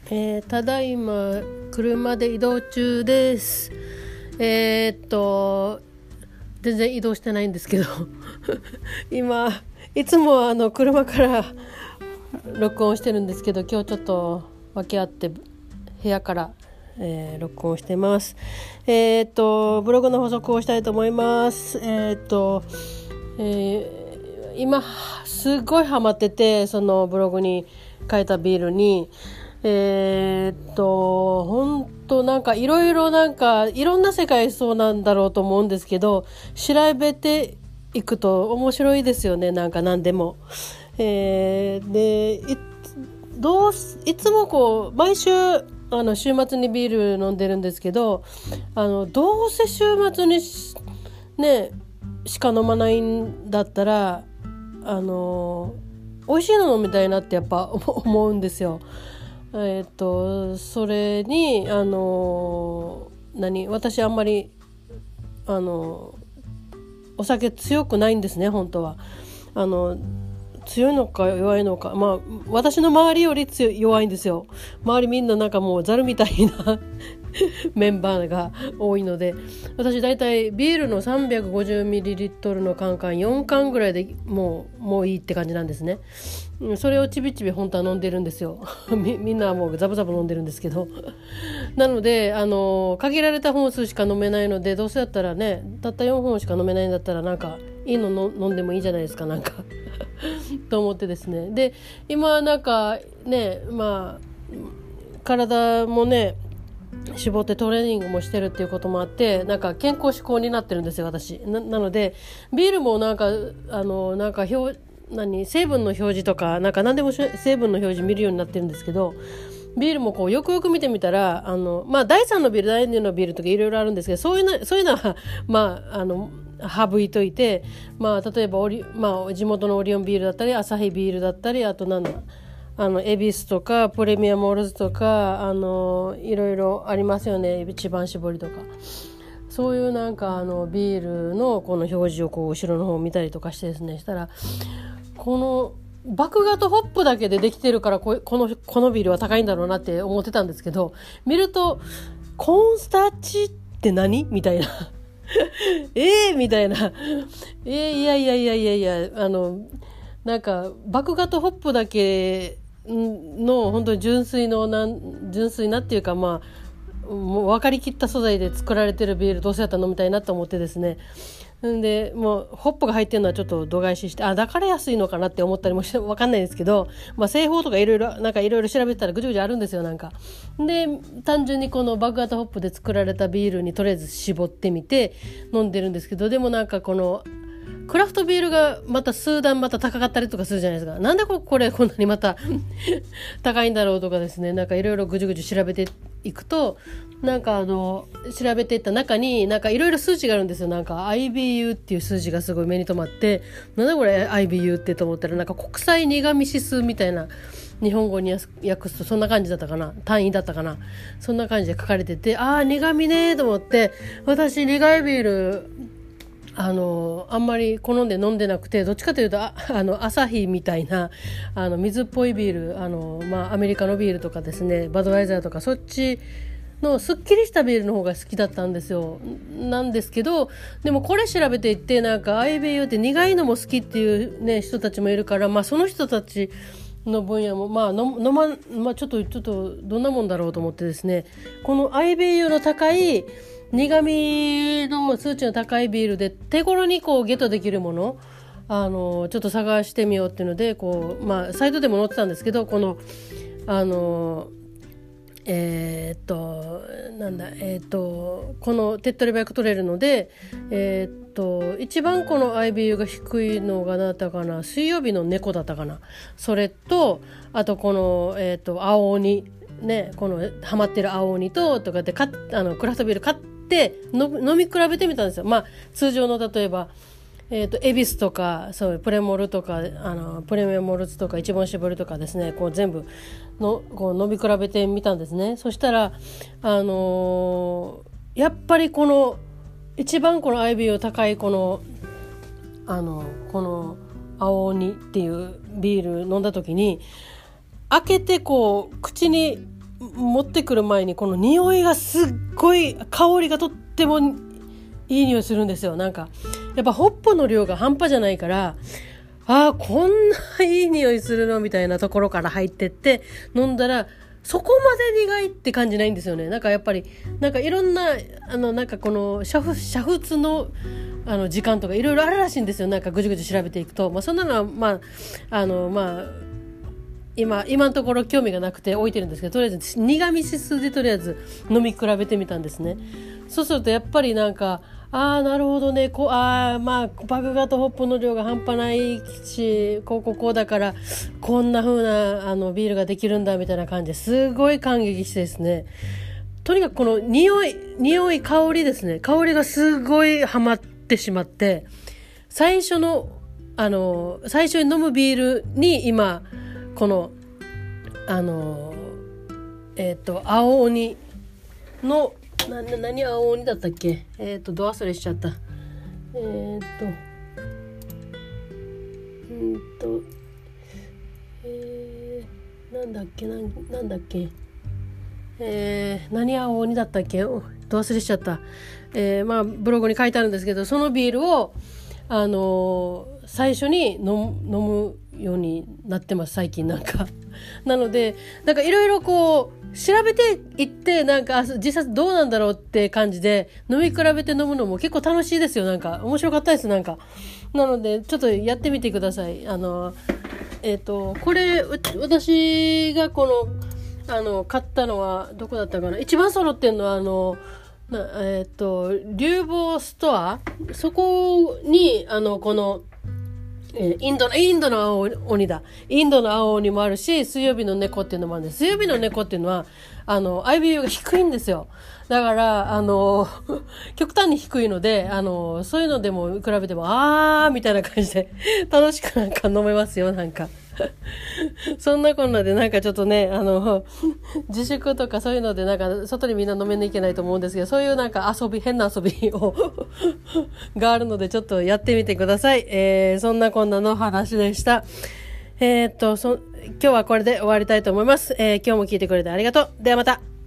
ただいま車で移動中です。全然移動してないんですけど今いつも車から録音してるんですけど、今日ちょっと訳あって部屋から、録音してます。ブログの補足をしたいと思います。今すごいハマってて、そのブログに書いたビールに本当なんかいろいろいろんな世界そうなんだろうと思うんですけど、調べていくと面白いですよね。何でも、でいつもこう毎週週末にビール飲んでるんですけど、どうせ週末にねしか飲まないんだったら美味しいの飲みたいなってやっぱ思うんですよ。それに私あんまりお酒強くないんですね、本当は。強いのか弱いのか、私の周りより弱いんですよ。周りみんなもうザルみたいなメンバーが多いので、私だいたいビールの 350ml のカン4缶ぐらいでもういいって感じなんですね。それをちびちび本当は飲んでるんですよみんなはもうザブザブ飲んでるんですけどなので限られた本数しか飲めないので、どうせだったらね、たった4本しか飲めないんだったらいいの飲んでもいいじゃないですかと思ってですね。で今体もね絞ってトレーニングもしてるっていうこともあって、健康志向になってるんですよ、私。なのでビールも成分の表示とか何でも成分の表示見るようになってるんですけど、ビールもこうよくよく見てみたら第3のビール第2のビールとかいろいろあるんですけど、そういうのは省いといて、例えば地元のオリオンビールだったりアサヒビールだったり、あとエビスとかプレミアムオールズとかいろいろありますよね、一番搾りとか。そういうビールのこの表示をこう後ろの方を見たりとかしてですね、したらこの麦芽とホップだけでできてるからこのビールは高いんだろうなって思ってたんですけど、見るとコーンスターチって何みたいなみたいな、いや麦芽とホップだけの本当に純粋なっていうか、もう分かりきった素材で作られてるビールどうせやったら飲みたいなと思ってですね。でもうホップが入ってるのはちょっと度外視して、だから安いのかなって思ったりもして分かんないですけど、製法とかいろいろ調べてたらぐちゃぐちゃあるんですよ。で単純にこの麦芽とホップで作られたビールにとりあえず絞ってみて飲んでるんですけど、でもこのクラフトビールがまた数段また高かったりとかするじゃないですか。なんでこれこんなにまた高いんだろうとかですね、いろいろぐじゅぐじゅ調べていくと調べていった中にいろいろ数値があるんですよ。IBU っていう数字がすごい目に留まって、なんだこれ IBU ってと思ったら国際苦味指数みたいな、日本語に訳すとそんな感じだったかな、単位だったかな、そんな感じで書かれてて、苦味ねと思って、私苦いビールあんまり好んで飲んでなくて、どっちかというとアサヒみたいな水っぽいビール、アメリカのビールとかですね、バドワイザーとかそっちのすっきりしたビールの方が好きだったんですよ。なんですけど、でもこれ調べていって IBU って苦いのも好きっていうね人たちもいるから、その人たちの分野もちょっとどんなもんだろうと思ってですね、この IBU の高い苦味の数値の高いビールで手頃にこうゲットできるものちょっと探してみようっていうのでサイトでも載ってたんですけど、このこの手っ取り早く取れるので一番この IBU が低いのが何だったかな、水曜日の猫だったかな、それとあとこの青鬼ね、このハマってる青鬼とかでクラフトビール買って飲み比べてみたんですよ。通常の例えばエビスとかそういうプレモルとかプレミアムモルツとか一番搾りとかですね、こう全部のこう飲み比べてみたんですね。そしたらやっぱりこの一番この IBU 高いこの青鬼っていうビール飲んだ時に開けてこう口に持ってくる前にこの匂いがすっごい、香りがとってもいい匂いするんですよ。なんかやっぱホップの量が半端じゃないから、こんないい匂いするのみたいなところから入ってって飲んだら、そこまで苦いって感じないんですよね。なんかやっぱりなんかいろんななんかこの煮沸の時間とかいろいろあるらしいんですよ。なんかぐじぐじ調べていくと、そんなのは今のところ興味がなくて置いてるんですけど、とりあえず苦味指数でとりあえず飲み比べてみたんですね。そうするとやっぱりなんかなるほどね、麦芽とホップの量が半端ないし、こうだからこんな風なビールができるんだみたいな感じですごい感激してですね、とにかくこの匂い香りですね、香りがすごいハマってしまって、最初に飲むビールに今この青鬼の何青鬼だったっけ、ど忘れしちゃった。なんだっけ何青鬼だったっけ、ど忘れしちゃった。ブログに書いてあるんですけど、そのビールを最初に飲むようになってます、最近。なんかなのでなんかいろいろこう調べていって、なんか実際どうなんだろうって感じで飲み比べて飲むのも結構楽しいですよ。なんか面白かったです。なんかなのでちょっとやってみてください。これ私が買ったのはどこだったかな。一番揃ってるのは流房ストア、そこにこのインドの青鬼だ。インドの青鬼もあるし、水曜日の猫っていうのもあるんです。水曜日の猫っていうのはIBU が低いんですよ。だから極端に低いのでそういうのでも比べてもみたいな感じで楽しくなんか飲めますよ。なんかそんなこんなでなんかちょっとね自粛とかそういうのでなんか外にみんな飲めに行けないと思うんですけど、そういうなんか変な遊びがあるのでちょっとやってみてください。そんなこんなの話でした。今日はこれで終わりたいと思います。今日も聞いてくれてありがとう。ではまた。